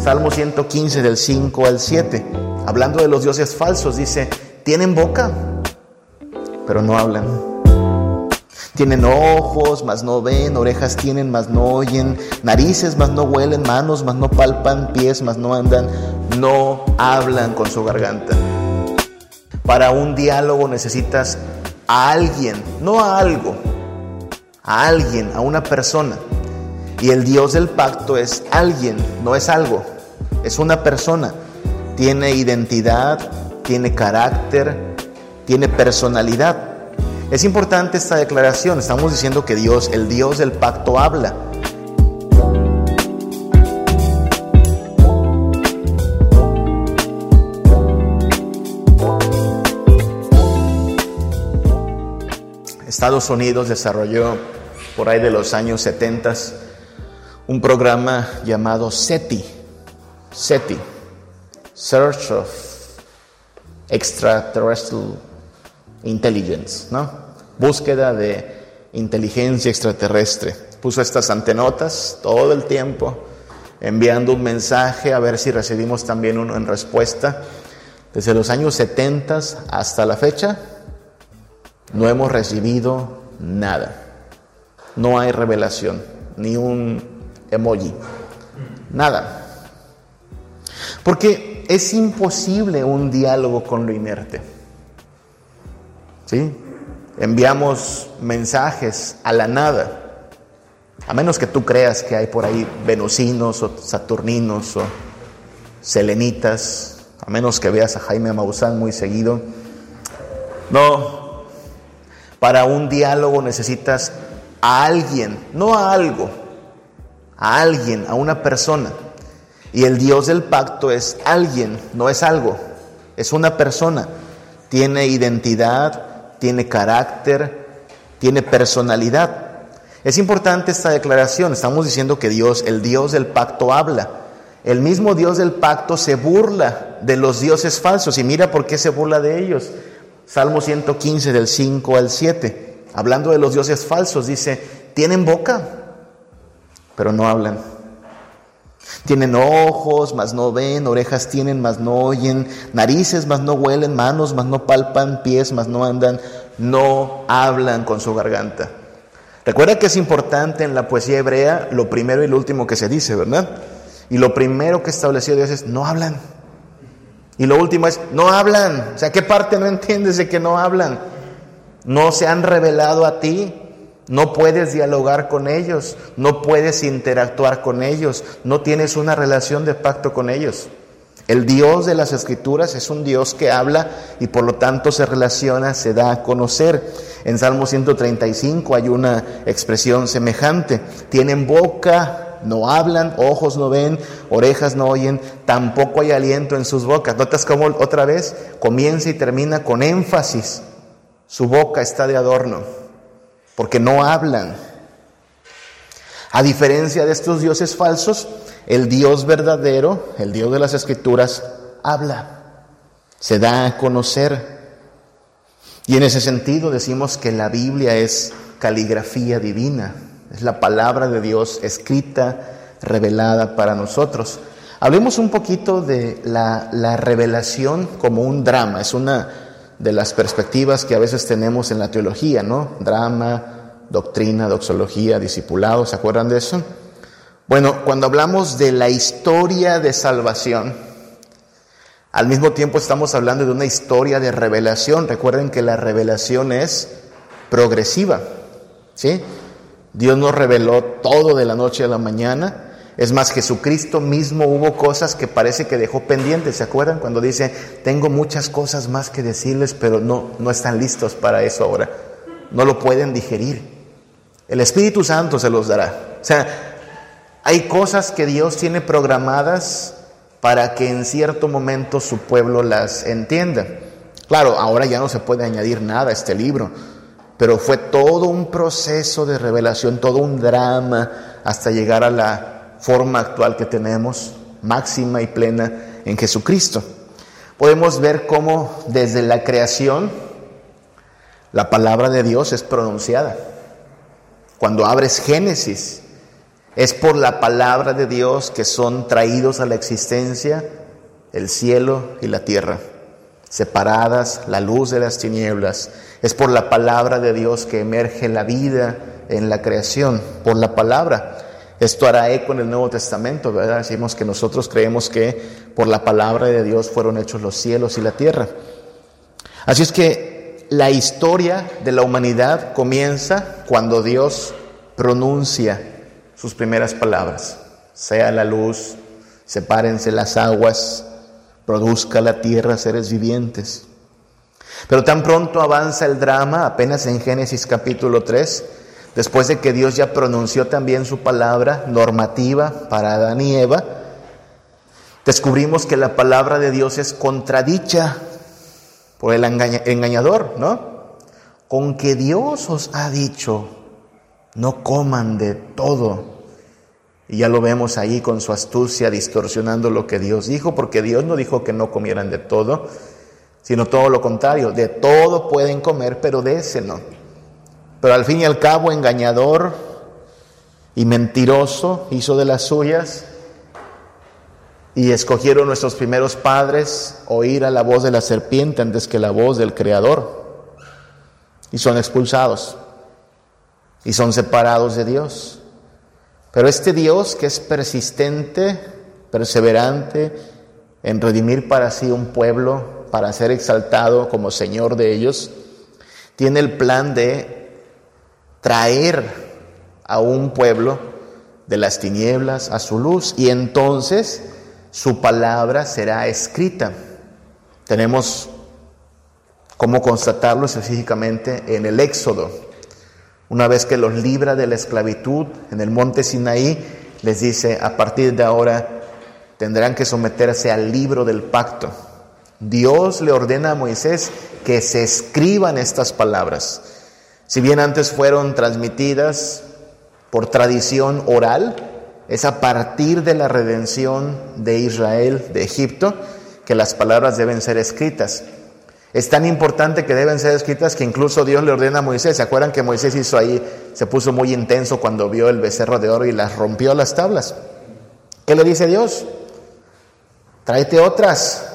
Salmo 115 del 5 al 7. Hablando de los dioses falsos, dice: tienen boca, pero no hablan. Tienen ojos, mas no ven, orejas tienen, mas no oyen, narices, mas no huelen, manos, mas no palpan, pies, mas no andan, no hablan con su garganta. Para un diálogo necesitas a alguien, no a algo, a alguien, a una persona. Y el Dios del pacto es alguien, no es algo, es una persona. Tiene identidad, tiene carácter, tiene personalidad. Es importante esta declaración. Estamos diciendo que Dios, el Dios del pacto, habla. Estados Unidos desarrolló por ahí de los años 70 un programa llamado SETI, Search of Extraterrestrial Intelligence, ¿no? Búsqueda de inteligencia extraterrestre. Puso estas antenotas todo el tiempo, enviando un mensaje a ver si recibimos también uno en respuesta. Desde los años 70 hasta la fecha, no hemos recibido nada. No hay revelación, ni un emoji, nada. Porque es imposible un diálogo con lo inerte. ¿Sí? Enviamos mensajes a la nada, a menos que tú creas que hay por ahí venusinos o saturninos o selenitas, a menos que veas a Jaime Maussan muy seguido. No, para un diálogo necesitas a alguien, no a algo, a alguien, a una persona. Y el Dios del pacto es alguien, no es algo, es una persona. Tiene identidad, tiene carácter, tiene personalidad. Es importante esta declaración. Estamos diciendo que Dios, el Dios del pacto, habla. El mismo Dios del pacto se burla de los dioses falsos. Y mira por qué se burla de ellos. Salmo 115 del 5 al 7. Hablando de los dioses falsos, dice: tienen boca, pero no hablan. Tienen ojos, mas no ven, orejas tienen, mas no oyen, narices, mas no huelen, manos, mas no palpan, pies, mas no andan, no hablan con su garganta. Recuerda que es importante en la poesía hebrea lo primero y lo último que se dice, ¿verdad? Y lo primero que estableció Dios es: no hablan. Y lo último es: no hablan. O sea, ¿qué parte no entiendes de que no hablan? No se han revelado a ti. No puedes dialogar con ellos, no puedes interactuar con ellos, no tienes una relación de pacto con ellos. El Dios de las Escrituras es un Dios que habla y por lo tanto se relaciona, se da a conocer. En Salmo 135 hay una expresión semejante: tienen boca, no hablan, ojos no ven, orejas no oyen, tampoco hay aliento en sus bocas. ¿Notas cómo otra vez comienza y termina con énfasis? Su boca está de adorno, porque no hablan. A diferencia de estos dioses falsos, el Dios verdadero, el Dios de las Escrituras, habla, se da a conocer. Y en ese sentido decimos que la Biblia es caligrafía divina, es la palabra de Dios escrita, revelada para nosotros. Hablemos un poquito de la revelación como un drama. Es una de las perspectivas que a veces tenemos en la teología, ¿no? Drama, doctrina, doxología, discipulado, ¿se acuerdan de eso? Bueno, cuando hablamos de la historia de salvación, al mismo tiempo estamos hablando de una historia de revelación. Recuerden que la revelación es progresiva, ¿sí? Dios nos reveló todo de la noche a la mañana. Es más, Jesucristo mismo hubo cosas que parece que dejó pendientes. ¿Se acuerdan cuando dice: tengo muchas cosas más que decirles, pero no están listos para eso ahora? No lo pueden digerir. El Espíritu Santo se los dará. O sea, hay cosas que Dios tiene programadas para que en cierto momento su pueblo las entienda. Claro, ahora ya no se puede añadir nada a este libro, pero fue todo un proceso de revelación, todo un drama hasta llegar a la forma actual que tenemos, máxima y plena en Jesucristo. Podemos ver cómo desde la creación la palabra de Dios es pronunciada. Cuando abres Génesis Es por la palabra de Dios que son traídos a la existencia el cielo y la tierra, separadas la luz de las tinieblas. Es por la palabra de Dios que emerge la vida en la creación, por la palabra. Esto hará eco en el Nuevo Testamento, ¿verdad? Decimos que nosotros creemos que por la palabra de Dios fueron hechos los cielos y la tierra. Así es que la historia de la humanidad comienza cuando Dios pronuncia sus primeras palabras. Sea la luz, sepárense las aguas, produzca la tierra seres vivientes. Pero tan pronto avanza el drama, apenas en Génesis capítulo 3, después de que Dios ya pronunció también su palabra normativa para Adán y Eva, descubrimos que la palabra de Dios es contradicha por el engañador, ¿no? Con que Dios os ha dicho, no coman de todo. Y ya lo vemos ahí con su astucia distorsionando lo que Dios dijo, porque Dios no dijo que no comieran de todo, sino todo lo contrario, de todo pueden comer, pero de ese no. Pero al fin y al cabo, engañador y mentiroso hizo de las suyas, y escogieron nuestros primeros padres oír a la voz de la serpiente antes que la voz del Creador, y son expulsados y son separados de Dios. Pero este Dios que es persistente, perseverante en redimir para sí un pueblo, para ser exaltado como Señor de ellos, tiene el plan de traer a un pueblo de las tinieblas a su luz, y entonces su palabra será escrita. Tenemos cómo constatarlo específicamente en el Éxodo. Una vez que los libra de la esclavitud en el monte Sinaí, les dice, a partir de ahora tendrán que someterse al libro del pacto. Dios le ordena a Moisés que se escriban estas palabras. Si bien antes fueron transmitidas por tradición oral, es a partir de la redención de Israel de Egipto que las palabras deben ser escritas. Es tan importante que deben ser escritas que incluso Dios le ordena a Moisés. ¿Se acuerdan que Moisés hizo ahí, se puso muy intenso cuando vio el becerro de oro y las rompió las tablas? ¿Qué le dice Dios? Tráete otras.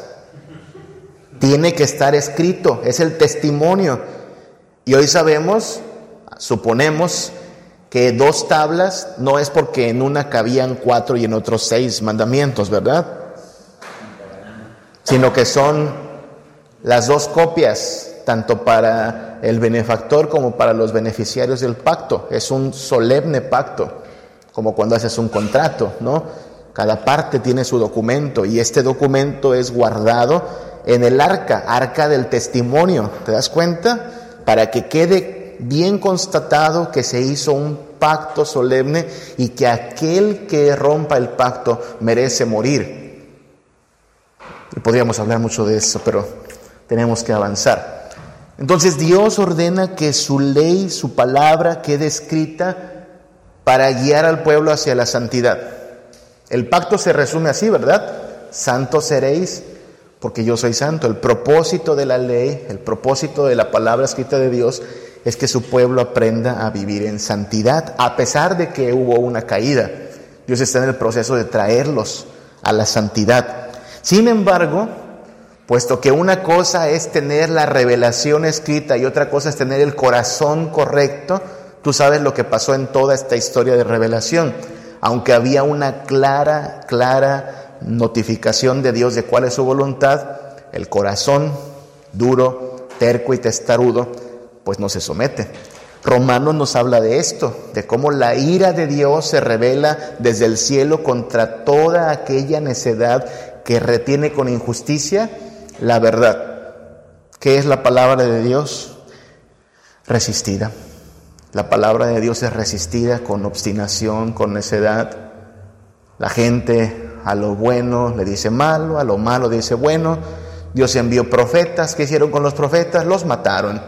Tiene que estar escrito, es el testimonio. Y hoy sabemos, suponemos, que 2 tablas no es porque en una cabían 4 y en otros 6 mandamientos, ¿verdad? Sino que son las 2 copias, tanto para el benefactor como para los beneficiarios del pacto. Es un solemne pacto, como cuando haces un contrato, ¿no? Cada parte tiene su documento, y este documento es guardado en el arca del testimonio. ¿Te das cuenta? Para que quede bien constatado que se hizo un pacto solemne y que aquel que rompa el pacto merece morir. Y podríamos hablar mucho de eso, pero tenemos que avanzar. Entonces Dios ordena que su ley, su palabra, quede escrita para guiar al pueblo hacia la santidad. El pacto se resume así, ¿verdad? Santos seréis porque yo soy santo. El propósito de la ley, el propósito de la palabra escrita de Dios es que su pueblo aprenda a vivir en santidad, a pesar de que hubo una caída. Dios está en el proceso de traerlos a la santidad. Sin embargo, puesto que una cosa es tener la revelación escrita y otra cosa es tener el corazón correcto, tú sabes lo que pasó en toda esta historia de revelación. Aunque había una clara notificación de Dios de cuál es su voluntad, el corazón duro, terco y testarudo, pues no se somete. Romanos nos habla de esto, de cómo la ira de Dios se revela desde el cielo contra toda aquella necedad que retiene con injusticia la verdad. ¿Qué es la palabra de Dios? Resistida. La palabra de Dios es resistida con obstinación, con necedad. La gente a lo bueno le dice malo, a lo malo dice bueno. Dios envió profetas. ¿Qué hicieron con los profetas? Los mataron.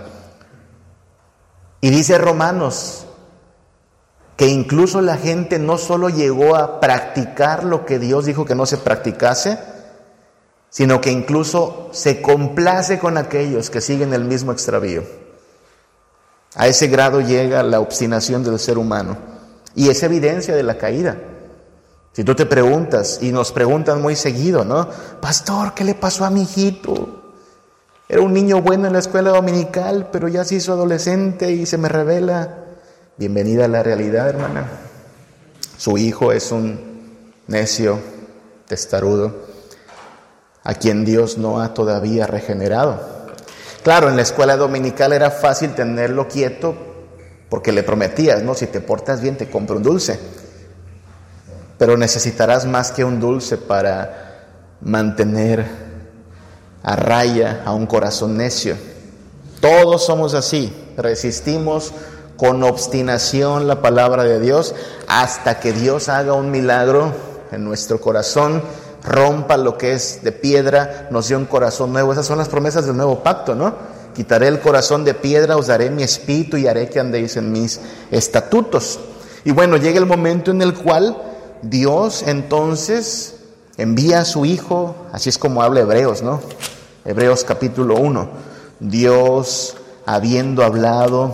Y dice Romanos que incluso la gente no solo llegó a practicar lo que Dios dijo que no se practicase, sino que incluso se complace con aquellos que siguen el mismo extravío. A ese grado llega la obstinación del ser humano. Y es evidencia de la caída. Si tú te preguntas, y nos preguntan muy seguido, ¿no? Pastor, ¿qué le pasó a mi hijito? Era un niño bueno en la escuela dominical, pero ya se hizo adolescente y se me revela. Bienvenida a la realidad, hermana. Su hijo es un necio, testarudo, a quien Dios no ha todavía regenerado. Claro, en la escuela dominical era fácil tenerlo quieto porque le prometías, ¿no? Si te portas bien, te compro un dulce. Pero necesitarás más que un dulce para mantener a raya a un corazón necio. Todos somos así, resistimos con obstinación la palabra de Dios hasta que Dios haga un milagro en nuestro corazón, rompa lo que es de piedra, nos dio un corazón nuevo. Esas son las promesas del nuevo pacto, ¿no? Quitaré el corazón de piedra, os daré mi espíritu y haré que andéis en mis estatutos. Y bueno, llega el momento en el cual Dios entonces envía a su Hijo, así es como habla Hebreos, ¿no? Hebreos capítulo 1. Dios, habiendo hablado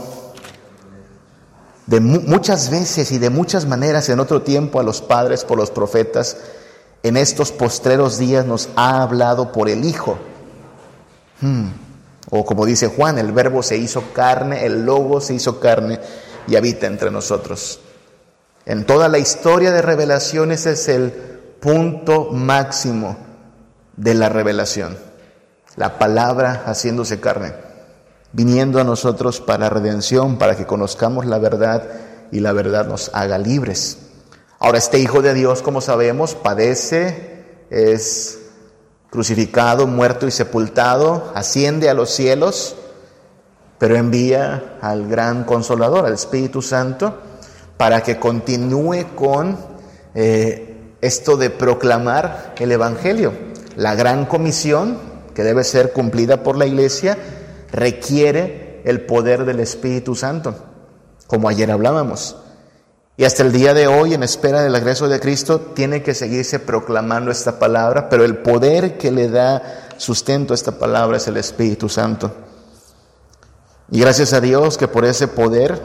de muchas veces y de muchas maneras en otro tiempo a los padres por los profetas, en estos postreros días nos ha hablado por el Hijo. O como dice Juan, el Verbo se hizo carne, el Logos se hizo carne y habita entre nosotros. En toda la historia de revelación ese es el punto máximo de la revelación. La palabra haciéndose carne, viniendo a nosotros para redención, para que conozcamos la verdad y la verdad nos haga libres. Ahora, este Hijo de Dios, como sabemos, padece, es crucificado, muerto y sepultado, asciende a los cielos, pero envía al gran Consolador, al Espíritu Santo, para que continúe con esto de proclamar el Evangelio. La gran comisión que debe ser cumplida por la iglesia requiere el poder del Espíritu Santo, como ayer hablábamos. Y hasta el día de hoy, en espera del regreso de Cristo, tiene que seguirse proclamando esta palabra, pero el poder que le da sustento a esta palabra es el Espíritu Santo. Y gracias a Dios que por ese poder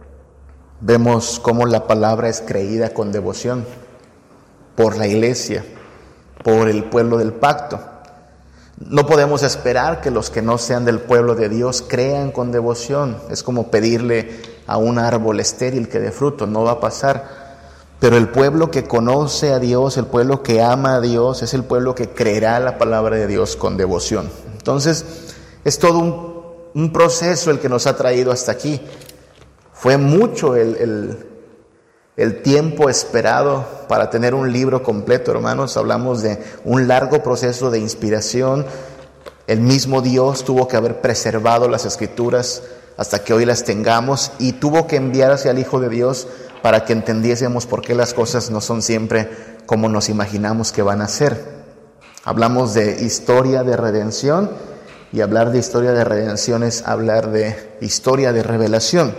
vemos cómo la palabra es creída con devoción por la iglesia, por el pueblo del pacto. No podemos esperar que los que no sean del pueblo de Dios crean con devoción. Es como pedirle a un árbol estéril que dé fruto, no va a pasar. Pero el pueblo que conoce a Dios, el pueblo que ama a Dios, es el pueblo que creerá la palabra de Dios con devoción. Entonces, es todo un proceso el que nos ha traído hasta aquí. Fue mucho el tiempo esperado para tener un libro completo, hermanos. Hablamos de un largo proceso de inspiración. El mismo Dios tuvo que haber preservado las Escrituras hasta que hoy las tengamos, y tuvo que enviar hacia el Hijo de Dios para que entendiésemos por qué las cosas no son siempre como nos imaginamos que van a ser. Hablamos de historia de redención, y hablar de historia de redención es hablar de historia de revelación.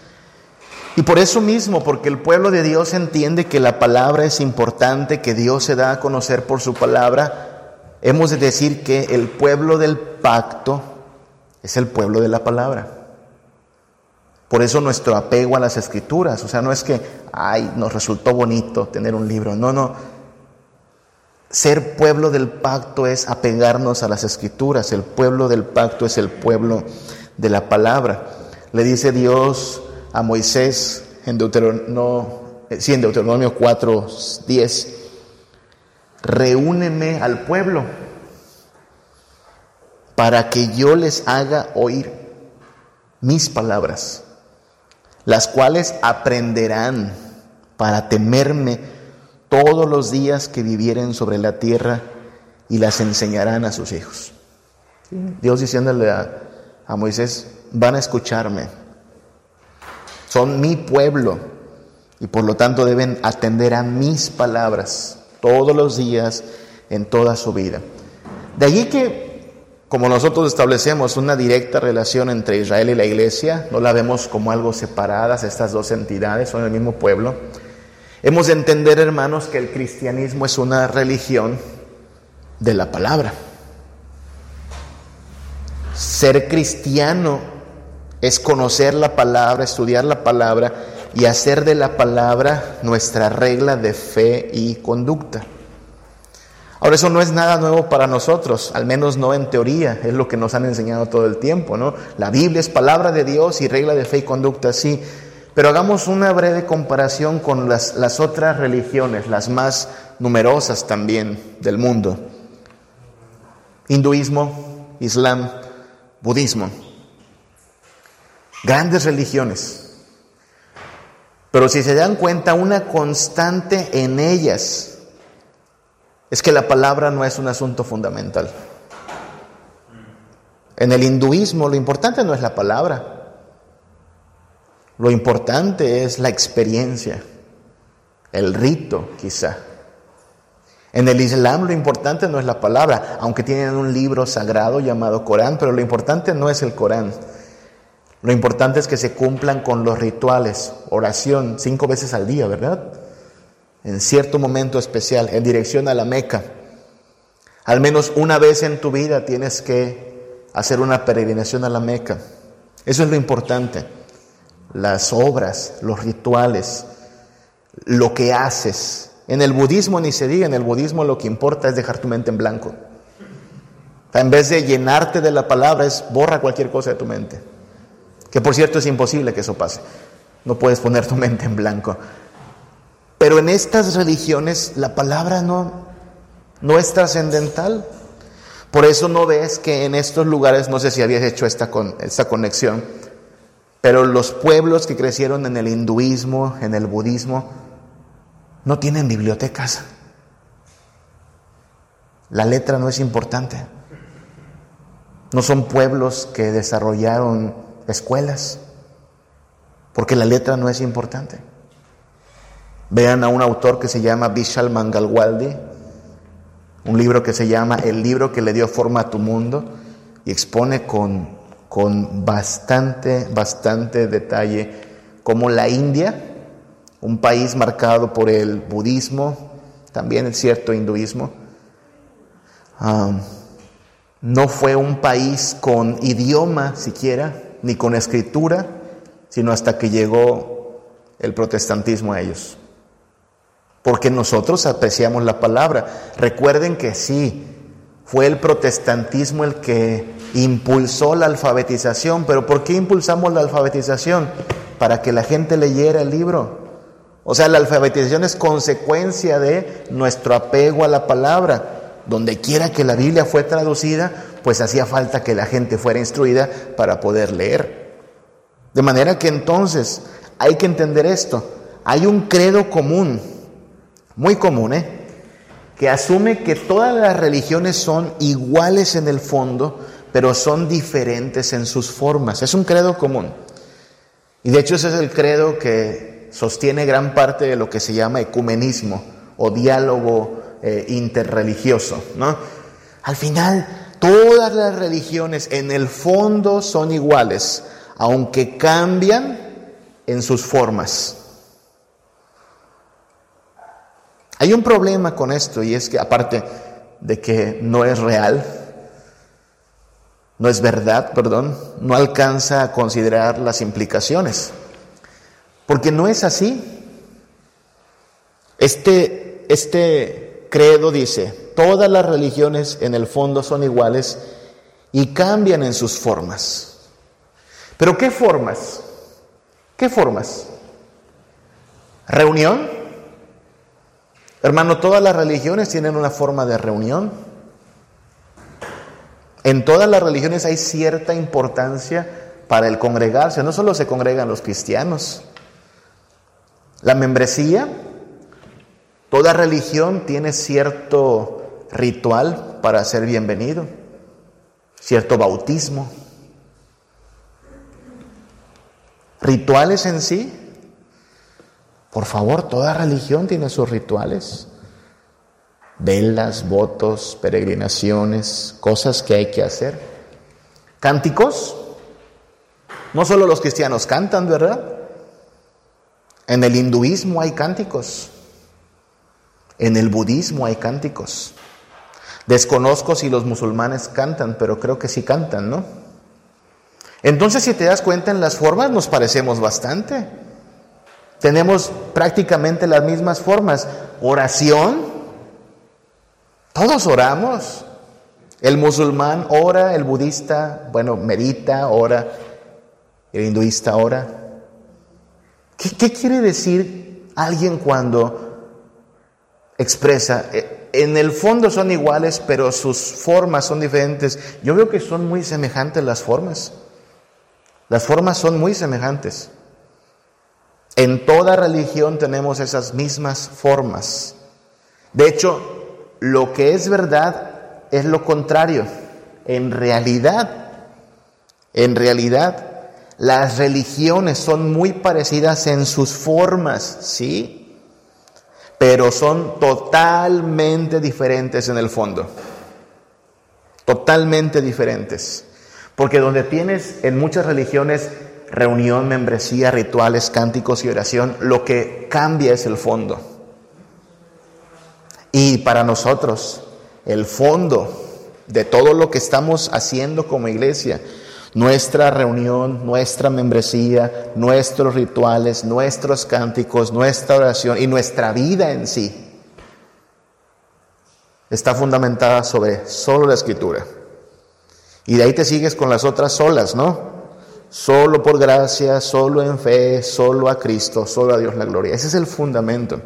Y por eso mismo, porque el pueblo de Dios entiende que la palabra es importante, que Dios se da a conocer por su palabra, hemos de decir que el pueblo del pacto es el pueblo de la palabra. Por eso nuestro apego a las Escrituras, o sea, no es que, nos resultó bonito tener un libro, no. Ser pueblo del pacto es apegarnos a las Escrituras. El pueblo del pacto es el pueblo de la palabra. Le dice Dios a Moisés en Deuteronomio 4:10, reúneme al pueblo para que yo les haga oír mis palabras, las cuales aprenderán para temerme todos los días que vivieren sobre la tierra, y las enseñarán a sus hijos. Dios diciéndole a Moisés, van a escucharme, son mi pueblo, y por lo tanto deben atender a mis palabras todos los días en toda su vida. De allí que, como nosotros establecemos una directa relación entre Israel y la iglesia, no la vemos como algo separadas, estas dos entidades son el mismo pueblo. Hemos de entender, hermanos, que el cristianismo es una religión de la palabra. Ser cristiano es conocer la palabra, estudiar la palabra y hacer de la palabra nuestra regla de fe y conducta. Ahora, eso no es nada nuevo para nosotros, al menos no en teoría, es lo que nos han enseñado todo el tiempo, ¿no? La Biblia es palabra de Dios y regla de fe y conducta, sí. Pero hagamos una breve comparación con las otras religiones, las más numerosas también del mundo. Hinduismo, Islam, budismo. Grandes religiones. Pero si se dan cuenta, una constante en ellas es que la palabra no es un asunto fundamental. En el hinduismo lo importante no es la palabra. Lo importante es la experiencia, el rito quizá. En el Islam lo importante no es la palabra, aunque tienen un libro sagrado llamado Corán, pero lo importante no es el Corán. Lo importante es que se cumplan con los rituales, oración 5 veces al día, ¿verdad? En cierto momento especial, en dirección a la Meca. Al menos una vez en tu vida tienes que hacer una peregrinación a la Meca. Eso es lo importante. Las obras, los rituales, lo que haces. En el budismo ni se diga, en el budismo lo que importa es dejar tu mente en blanco. En vez de llenarte de la palabra, borra cualquier cosa de tu mente. Que por cierto es imposible que eso pase. No puedes poner tu mente en blanco. Pero en estas religiones la palabra no es trascendental. Por eso no ves que en estos lugares, no sé si habías hecho esta conexión, pero los pueblos que crecieron en el hinduismo, en el budismo, no tienen bibliotecas. La letra no es importante. No son pueblos que desarrollaron escuelas, porque la letra no es importante. Vean a un autor que se llama Vishal Mangalwaldi, un libro que se llama El libro que le dio forma a tu mundo, y expone con bastante detalle cómo la India, un país marcado por el budismo, también es cierto hinduismo, no fue un país con idioma siquiera, ni con escritura, sino hasta que llegó el protestantismo a ellos. Porque nosotros apreciamos la palabra. Recuerden que sí, fue el protestantismo el que impulsó la alfabetización. ¿Pero por qué impulsamos la alfabetización? Para que la gente leyera el libro. O sea, la alfabetización es consecuencia de nuestro apego a la palabra. Donde quiera que la Biblia fue traducida, pues hacía falta que la gente fuera instruida para poder leer. De manera que entonces hay que entender esto. Hay un credo común, muy común, que asume que todas las religiones son iguales en el fondo, pero son diferentes en sus formas. Es un credo común. Y de hecho ese es el credo que sostiene gran parte de lo que se llama ecumenismo o diálogo interreligioso, ¿no? Al final, todas las religiones en el fondo son iguales, aunque cambian en sus formas. Hay un problema con esto, y es que aparte de que no es real, no es verdad, no alcanza a considerar las implicaciones, porque no es así. Este credo dice, todas las religiones en el fondo son iguales y cambian en sus formas. ¿Pero qué formas? ¿Qué formas? ¿Reunión? Hermano, todas las religiones tienen una forma de reunión. En todas las religiones hay cierta importancia para el congregarse. No solo se congregan los cristianos. La membresía, toda religión tiene cierto ritual para ser bienvenido, cierto bautismo. Rituales en sí, por favor, toda religión tiene sus rituales. Velas, votos, peregrinaciones, cosas que hay que hacer. Cánticos, no solo los cristianos cantan, ¿verdad? En el hinduismo hay cánticos. En el budismo hay cánticos. Desconozco si los musulmanes cantan, pero creo que sí cantan, ¿no? Entonces, si te das cuenta, en las formas nos parecemos bastante. Tenemos prácticamente las mismas formas. Oración, todos oramos. El musulmán ora, el budista, medita, ora, el hinduista ora. ¿Qué quiere decir alguien cuando expresa? En el fondo son iguales, pero sus formas son diferentes. Yo veo que son muy semejantes las formas. Las formas son muy semejantes. En toda religión tenemos esas mismas formas. De hecho, lo que es verdad es lo contrario. En realidad, las religiones son muy parecidas en sus formas, ¿sí? Pero son totalmente diferentes en el fondo. Totalmente diferentes. Porque donde tienes en muchas religiones reunión, membresía, rituales, cánticos y oración, lo que cambia es el fondo. Y para nosotros, el fondo de todo lo que estamos haciendo como iglesia, nuestra reunión, nuestra membresía, nuestros rituales, nuestros cánticos, nuestra oración y nuestra vida en sí, está fundamentada sobre solo la Escritura. Y de ahí te sigues con las otras solas, ¿no? Solo por gracia, solo en fe, solo a Cristo, solo a Dios la gloria. Ese es el fundamento.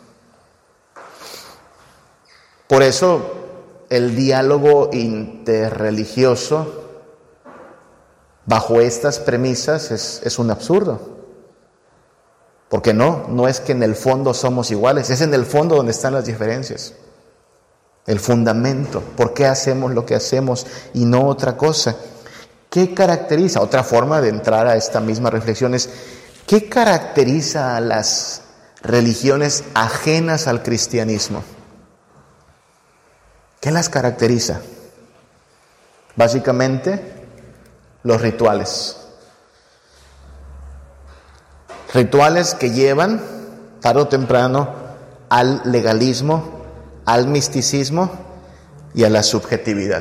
Por eso el diálogo interreligioso bajo estas premisas es un absurdo. Porque no es que en el fondo somos iguales, es en el fondo donde están las diferencias. El fundamento, por qué hacemos lo que hacemos y no otra cosa. ¿Qué caracteriza? Otra forma de entrar a esta misma reflexión es, ¿qué caracteriza a las religiones ajenas al cristianismo? ¿Qué las caracteriza? Básicamente, los rituales. Rituales que llevan, tarde o temprano, al legalismo, al misticismo y a la subjetividad.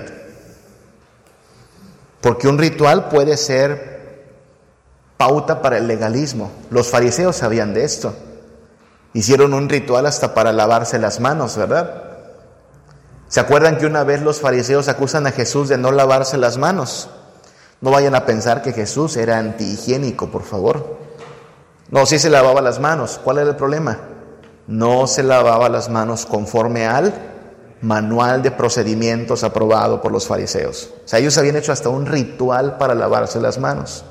Porque un ritual puede ser pauta para el legalismo. Los fariseos sabían de esto. Hicieron un ritual hasta para lavarse las manos, ¿verdad? ¿Se acuerdan que una vez los fariseos acusan a Jesús de no lavarse las manos? No vayan a pensar que Jesús era antihigiénico, por favor. No, sí se lavaba las manos. ¿Cuál era el problema? No se lavaba las manos conforme al manual de procedimientos aprobado por los fariseos. O sea, ellos habían hecho hasta un ritual para lavarse las manos.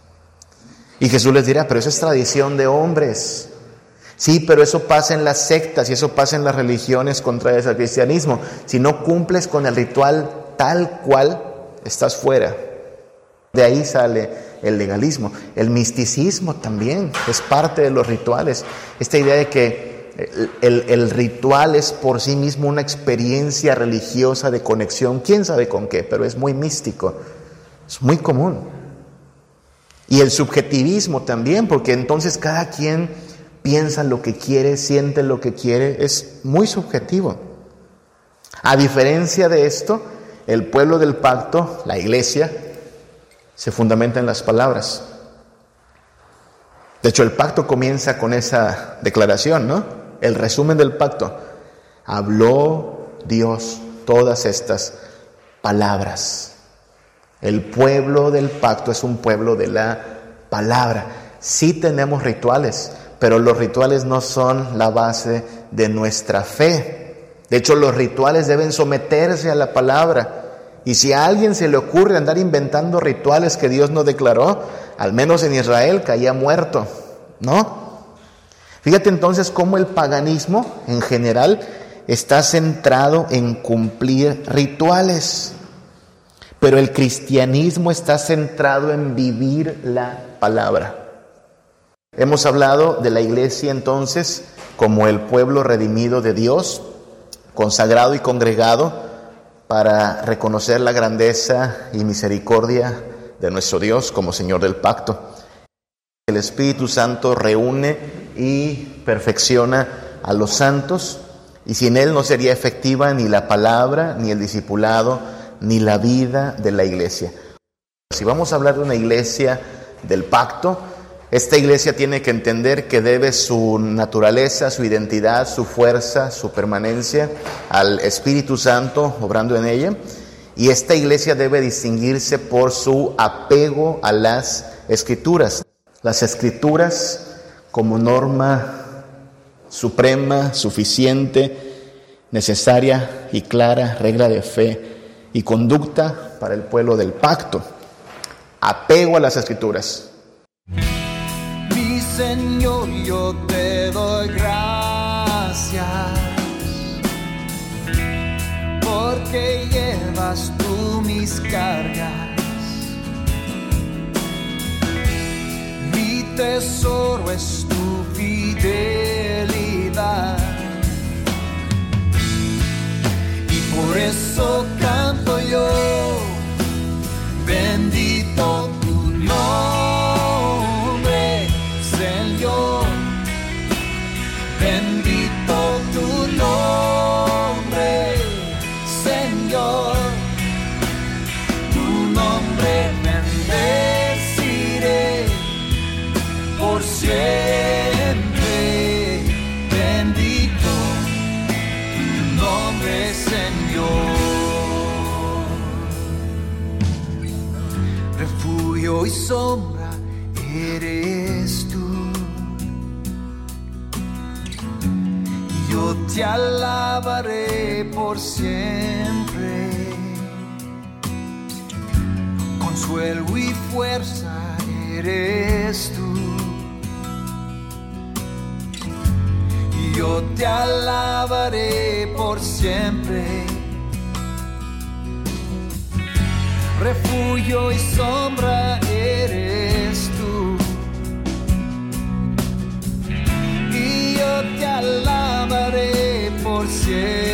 Y Jesús les dirá, pero eso es tradición de hombres. Sí, pero eso pasa en las sectas y eso pasa en las religiones contrarias al cristianismo. Si no cumples con el ritual tal cual, estás fuera. De ahí sale el legalismo. El misticismo también es parte de los rituales. Esta idea de que el ritual es por sí mismo una experiencia religiosa de conexión, quién sabe con qué, pero es muy místico, es muy común. Y el subjetivismo también, porque entonces cada quien piensa lo que quiere, siente lo que quiere, es muy subjetivo. A diferencia de esto, el pueblo del pacto, la iglesia, se fundamenta en las palabras. De hecho, el pacto comienza con esa declaración, ¿no? El resumen del pacto. Habló Dios todas estas palabras. El pueblo del pacto es un pueblo de la palabra. Sí tenemos rituales, pero los rituales no son la base de nuestra fe. De hecho, los rituales deben someterse a la palabra. Y si a alguien se le ocurre andar inventando rituales que Dios no declaró, al menos en Israel caía muerto, ¿no? Fíjate entonces cómo el paganismo en general está centrado en cumplir rituales, pero el cristianismo está centrado en vivir la palabra. Hemos hablado de la iglesia entonces como el pueblo redimido de Dios, consagrado y congregado para reconocer la grandeza y misericordia de nuestro Dios como Señor del pacto. El Espíritu Santo reúne y perfecciona a los santos, y sin Él no sería efectiva ni la palabra, ni el discipulado, ni la vida de la iglesia. Si vamos a hablar de una iglesia del pacto, Esta iglesia tiene que entender que debe su naturaleza, su identidad, su fuerza, su permanencia al Espíritu Santo obrando en ella. Y esta iglesia debe distinguirse por su apego a las Escrituras. Las Escrituras como norma suprema, suficiente, necesaria y clara regla de fe y conducta para el pueblo del pacto. Apego a las Escrituras. Mi Señor, yo te doy gracias, porque llevas tú mis cargas. Mi tesoro es tu fidelidad, y por eso canto yo, bendito tu nombre, Señor, bendito tu nombre, Señor, tu nombre bendeciré por siempre, bendito tu nombre, Señor. Refugio y sombra eres tú, y yo te alabaré por siempre. Consuelo y fuerza eres tú, y yo te alabaré por siempre. Refugio y sombra eres tú, y yo te alabaré por siempre.